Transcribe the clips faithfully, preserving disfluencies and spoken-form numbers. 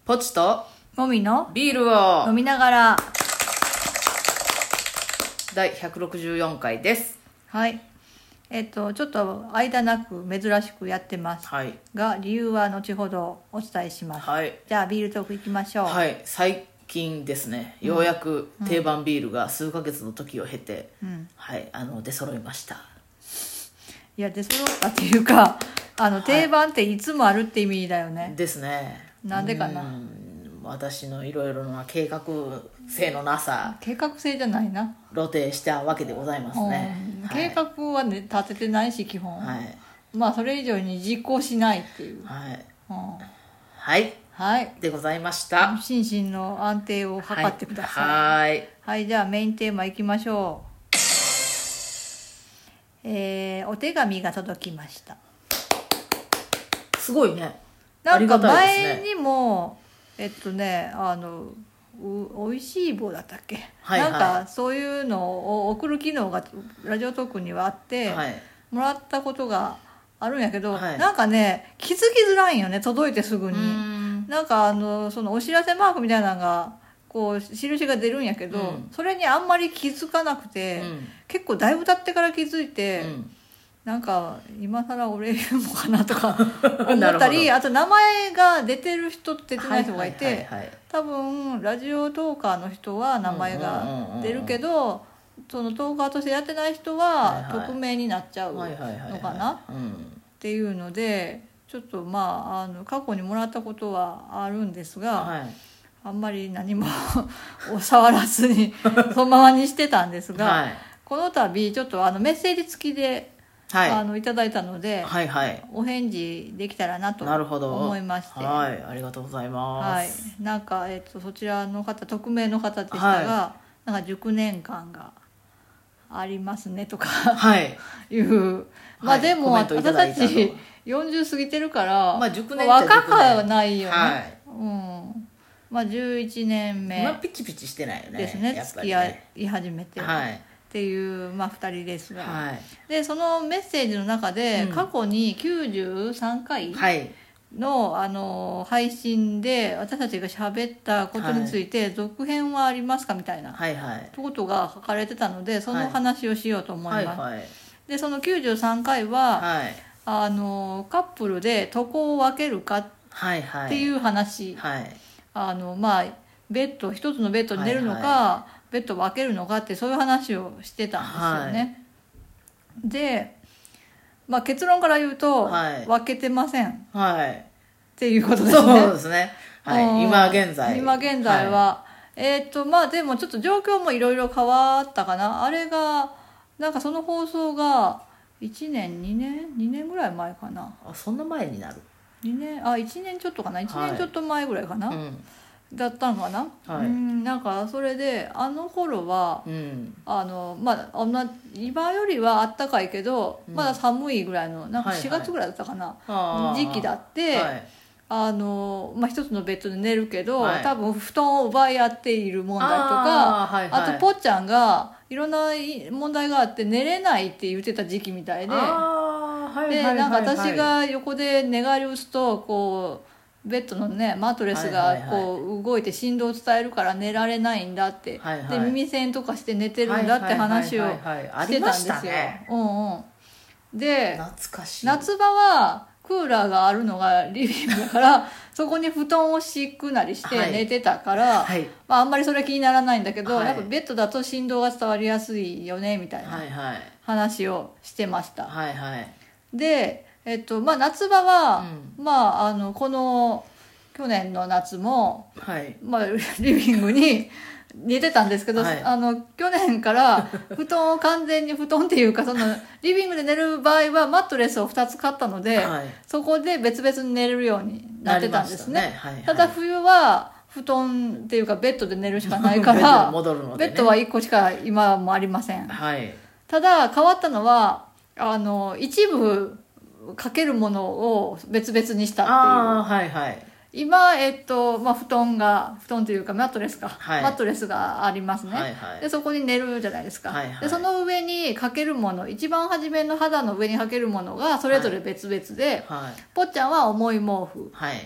ポチともみのビールを飲みながら。 第ひゃくろくじゅうよんかいです。 はい。えっとちょっと間なく珍しくやってます、 はい、 が理由は後ほどお伝えします、 はい、 じゃあビールトークいきましょう。 はい、最近ですね、ようやく定番ビールが数ヶ月の時を経て、うん、はい、あの出揃いました。 いや出揃ったっていうかあの定番っていつもあるって意味だよね、はい、 ですね。 なんでかな。 私のいろいろな計画性のなさ、 計画性じゃないな、 露呈したわけでございますね、 うん、計画はね立ててないし基本、はい、まあそれ以上に実行しないっていう、 はい、 うん、 はい、 はい、 でございました。 心身の安定を図ってください。 はい、 はい、じゃあメインテーマいきましょう。えー、お手紙が届きました。 すごいね。 なんか前にもえっとねあのおいしい棒だったっけ、はいはい、なんかそういうのを送る機能がラジオトークにはあって、はい、もらったことがあるんやけど、はい、なんかね気づきづらいんよね、届いてすぐに。んなんかあのそのお知らせマークみたいなのがこう印が出るんやけど、うん、それにあんまり気づかなくて、うん、結構だいぶ経ってから気づいて、うん、なんか今更俺言うのかなとか思ったりあと名前が出てる人と出てない人がいて、はいはいはいはい、多分ラジオトーカーの人は名前が出るけど、そのトーカーとしてやってない人は匿名になっちゃうのかなっていうので、ちょっとまあ、あの過去にもらったことはあるんですが、はい、あんまり何も触らずにそのままにしてたんですが、はい、この度ちょっとあのメッセージ付きではい、あのいただいたので、はいはい、お返事できたらなと思いまして、 はい、ありがとうございます、 はい、なんか、えっと、そちらの方匿名の方でしたが、はい、なんか熟年感がありますねとか、はい、いうまあでも、はい、私たちよんじゅう過ぎてるから、まあ、熟年若くはないよね、はい、うん、まあじゅういちねんめ、 まあ、ピチピチしてないよねですね、付き合い始めて、はい、っていう、まあ、ふたりですが、はい、でそのメッセージの中で、うん、過去にきゅうじゅうさんかいの、はい、あの配信で私たちが喋ったことについて、はい、続編はありますかみたいな、はいはい、ことが書かれてたのでその話をしようと思います、はいはいはい、でそのきゅうじゅうさんかいは、はい、あのカップルで床を分けるかっていう話、はいはい、あのまあベッド一つのベッドに寝るのか、はいはい、ベッドを分けるのかってそういう話をしてたんですよね、はい、で、まあ、結論から言うと、はい、分けてません、はい、っていうことですね。 そうですね、はい、今現在今現在は、はい、えー、っとまあでもちょっと状況もいろいろ変わったかな。あれがなんかその放送がいちねんにねんにねんぐらい前かな。 あ、そんな前になるにねんあいちねんちょっとかないちねんちょっと前ぐらいかな、はい、うんだったのかな、はい、うんなんかそれであの頃は、うん、あのまあ今よりはあったかいけど、うん、まだ寒いぐらいのなんかしがつぐらいだったかな、はいはい、時期だって、はい、あのまあ、一つのベッドで寝るけど、はい、多分布団を奪い合っている問題とか あ,、はいはい、あとぽっちゃんがいろんな問題があって寝れないって言ってた時期みたいで、あ、はいはいはいはい、でなんか私が横で寝返り打つとこうベッドのねマットレスがこう動いて振動を伝えるから寝られないんだって、はいはい、で耳栓とかして寝てるんだって話をしてたんですよ。うんうん、で懐かしい夏場はクーラーがあるのがリビングだからそこに布団を敷くなりして寝てたから、はいはいまあ、あんまりそれは気にならないんだけど、はい、やっぱベッドだと振動が伝わりやすいよねみたいな話をしてました、はいはい、でえっとまあ、夏場は、うんまあ、あのこの去年の夏も、はいまあ、リビングに寝てたんですけど、はい、あの去年から布団を完全に布団っていうかそのリビングで寝る場合はマットレスをふたつ買ったので、はい、そこで別々に寝れるようになってたんですね、はいはい、ただ冬は布団っていうかベッドで寝るしかないからベッドに戻るのでね、ベッドはいっこしか今もありません、はい、ただ変わったのはあの一部かけるものを別々にしたっていう。あ、はいはい、今、えっとまあ、布団が布団というかマットレスか、はい、マットレスがありますね、はいはい、でそこに寝るじゃないですか、はいはい、でその上にかけるもの一番初めの肌の上にかけるものがそれぞれ別々で、はいはい、ぽっちゃんは重い毛布、はい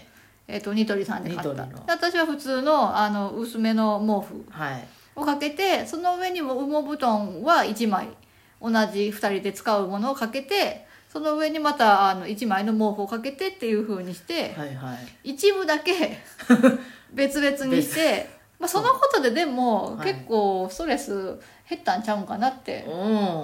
えー、とニトリさんで買った。 ニトリの私は普通のあの薄めの毛布はいをかけて、その上にも羽毛布団はいちまい同じふたりで使うものをかけて、その上にまたあのいちまいの毛布をかけてっていう風にして、 はいはい、 一部だけ別々にしてまあそのことででも結構ストレス減ったんちゃうんかなって、 うん、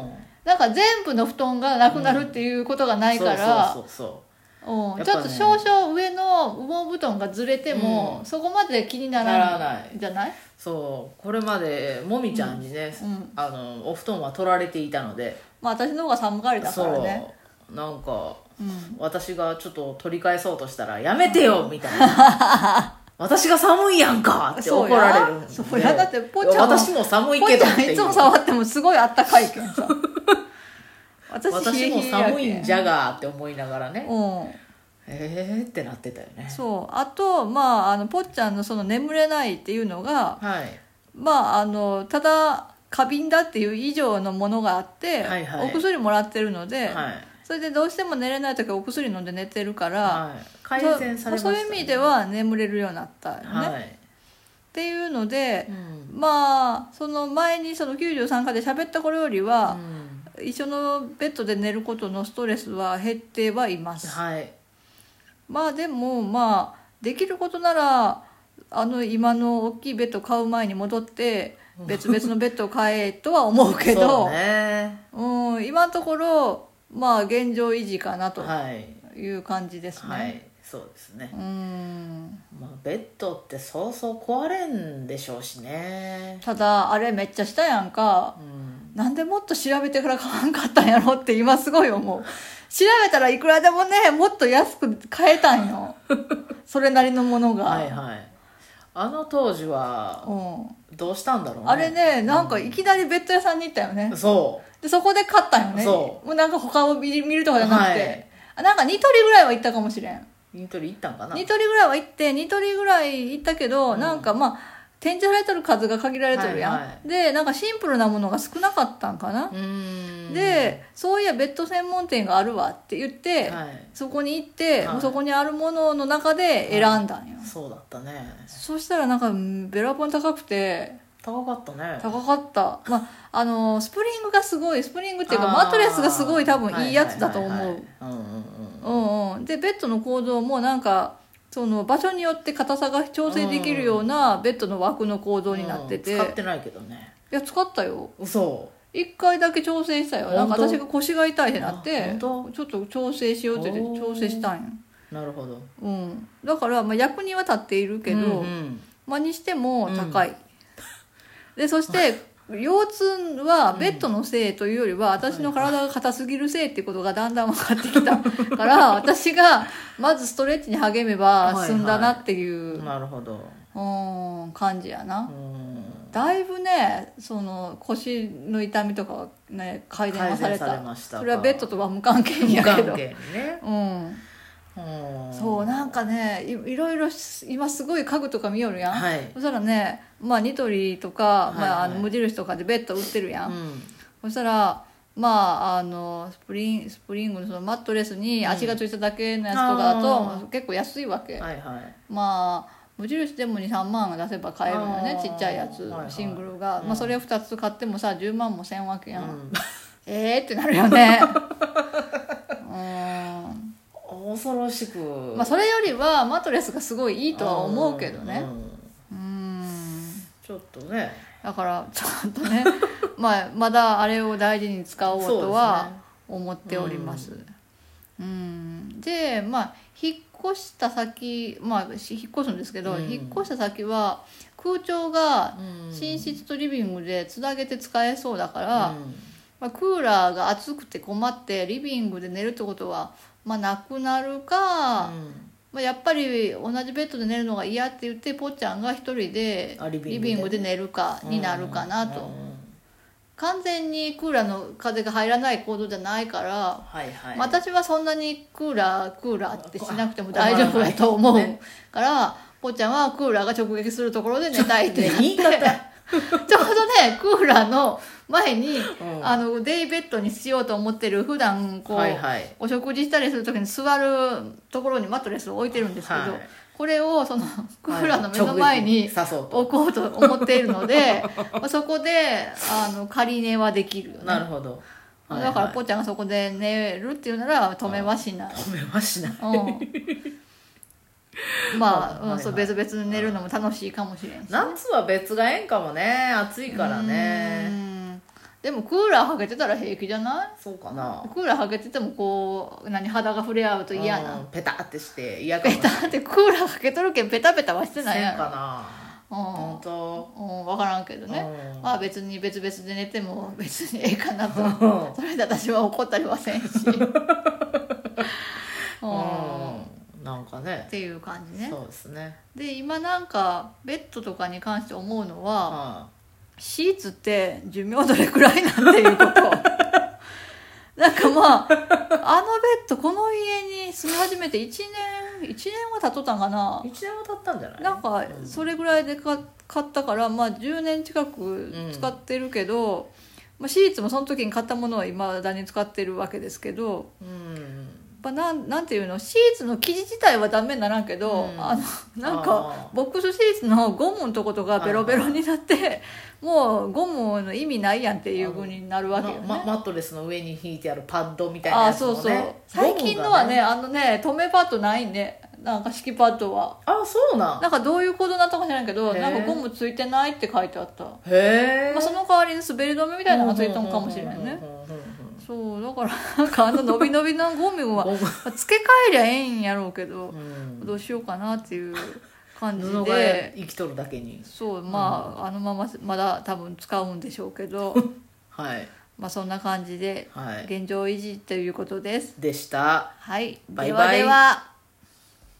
なんか全部の布団がなくなるっていうことがないから、 そうそうそうそううん、ちょっと少々上の羽毛布団がずれても、うん、そこまで気にならないじゃない。 そうこれまでもみちゃんにね、うんうん、あのお布団は取られていたので、 まあ私の方が寒がりだからね。 そうなんか、うん、私がちょっと取り返そうとしたらやめてよみたいな私が寒いやんかって怒られるんで、 そうやだってポチャン私も寒いけどっていう、 いつも触ってもすごいあったかいけんさ私, 私も寒いんじゃがって思いながらね、うんえーってなってたよね。 そうあとまああのぽっちゃんのその眠れないっていうのが、はい、まああのただ過敏だっていう以上のものがあって、はいはい、お薬もらってるので、はい、それでどうしても寝れない時はお薬飲んで寝てるから、はい、改善されましたね。そういう意味では眠れるようになったよね、はい、っていうので、うん、まあその前にそのきゅうじゅうさんかで喋った頃よりは、うん、一緒のベッドで寝ることのストレスは減ってはいます、はい、まあでもまあできることならあの今の大きいベッド買う前に戻って別々のベッドを買えとは思うけどそうね、うん、今のところまあ現状維持かなという感じですね、はいはい、 そうですね。うん、まあ、ベッドってそうそう壊れんでしょうしね。 ただあれめっちゃしたやんか、うん、なんでもっと調べてから買わんかったんやろって今すごい思う。調べたらいくらでもねもっと安く買えたんよそれなりのものが。はいはい。 あの当時はどうしたんだろうね。 あれねなんかいきなりベッド屋さんに行ったよね、うん、そうでそこで買ったんよね。そうもうなんか他を見るとかじゃなくて、はい、なんかニトリぐらいは行ったかもしれん。 ニトリ行ったんかな。 ニトリぐらいは行ってニトリぐらい行ったけど、うん、なんかまあ展示されてる数が限られてるやん、はいはい、でなんかシンプルなものが少なかったんかな。うーんでそういやベッド専門店があるわって言って、はい、そこに行って、はい、もうそこにあるものの中で選んだんよ、はい、 そうだったね。 そしたらなんかベラボン高くて高かったね。 高かった、まあ、あのスプリングがすごいスプリングっていうかマットレスがすごい多分いいやつだと思う。でベッドの構造もなんかその場所によって硬さが調整できるようなベッドの枠の構造になってて、 うん、使ってないけどね。 いや使ったよ。 嘘。 一回だけ調整したよ。なんか私が腰が痛いってなってちょっと調整しようって言って調整したんよ。 なるほど、 うん、だからまあ役には立っているけど、うんうん、まあにしても高い、うん、でそして腰痛はベッドのせいというよりは、うん、私の体が硬すぎるせいっていうことがだんだん分かってきたから私がまずストレッチに励めば済んだなっていう、はいはい、 なるほど、 うん感じやな。うんだいぶねその腰の痛みとかはね改善はされた。改善されましたか。それはベッドとは無関係やけど無関係にね、うんそうなんかね い, いろいろ今すごい家具とか見よるやん、はい、そしたらね、まあ、ニトリとか、はいはいまあ、あの無印とかでベッド売ってるやん、うん、そしたらまああのスプリンスプリングのそのマットレスに足がついただけのやつとかだと、うん、結構安いわけ、はいはい、まあ無印でも にさんまん出せば買えるのよねちっちゃいやつ、はいはい、シングルが、うんまあ、それをふたつ買ってもさじゅうまんもせんわけやん、うん、えーってなるよねうん恐ろしく、 まあ、それよりはマットレスがすごいいいとは思うけどね。うーんちょっとねだからちょっとねまあまだあれを大事に使おうとは思っております。うん、でまあ引っ越した先まあ引っ越すんですけど、うん、引っ越した先は空調が寝室とリビングでつなげて使えそうだから、うんまあ、クーラーが暑くて困ってリビングで寝るってことはまあ、なくなるか、うんまあ、やっぱり同じベッドで寝るのが嫌って言ってぽっちゃんが一人でリビングで寝るかになるかなと、うんうん、完全にクーラーの風が入らない構造じゃないから、はいはいまあ、私はそんなにクーラークーラーってしなくても大丈夫だと思うからぽっちゃんはクーラーが直撃するところで寝たいって言ってちょうどねクーラーの前に、うん、あのデイベッドにしようと思ってる普段こう、はいはい、お食事したりする時に座るところにマットレスを置いてるんですけど、はい、 これをそのクーラーの目の前に置こうと思っているので、まあそこであの仮寝はできるよね。 なるほど。 はいはい、だからぽっちゃんがそこで寝るっていうなら止めはしない。 止めはしない。 うん、まあ、うん、そう別々に寝るのも楽しいかもしれんし、ね、 夏は別がええんかもね。暑いからね。 うんでもクーラーかけてたら平気じゃない？ そうかな。 クーラーかけててもこう何肌が触れ合うと嫌な、 うん、ペタってして嫌かも。 ペタってクーラーかけとるけんペタペタはしてないやろ。 せんかな。うん、本当。 うん、分からんけどね、うん、まあ別に別々で寝ても別にええかなとそれで私は怒ったりはせんしうん、なんかねっていう感じね。 そうですね。 で今なんかベッドとかに関して思うのは、うん、シーツって寿命どれくらいなんていうことなんかまああのベッドこの家に住み始めていちねんいちねんは経っとったんかな。 いちねんは経ったんじゃない？ なんかそれぐらいでか買ったからまあじゅうねん近く使ってるけど、うんまあ、シーツもその時に買ったものは未だに使ってるわけですけど、うんまあ、なんなんていうのシーツの生地自体はダメにならんけど、うん、あのなんかボックスシーツのゴムのとことかベロベロになってもうゴムの意味ないやんっていう風になるわけよね。 ま、マットレスの上に引いてあるパッドみたいなやつもね。あそうそう最近のはねあのね留めパッドないね。なんか敷きパッドはあそうなんなんかどういうことだったか知らんけどなんかゴムついてないって書いてあった。 へえ、 まあ、その代わりに滑り止めみたいなのがついたのかもしれないね。そうだからなんかあの伸び伸びのゴムは付け替えりゃええんやろうけど、うん、どうしようかなっていう感じで布が生きとるだけにそうまあ、うん、あのまままだ多分使うんでしょうけどはいまあそんな感じで現状維持ということです、 はい、でした。 はいバイバイ。 ではでは。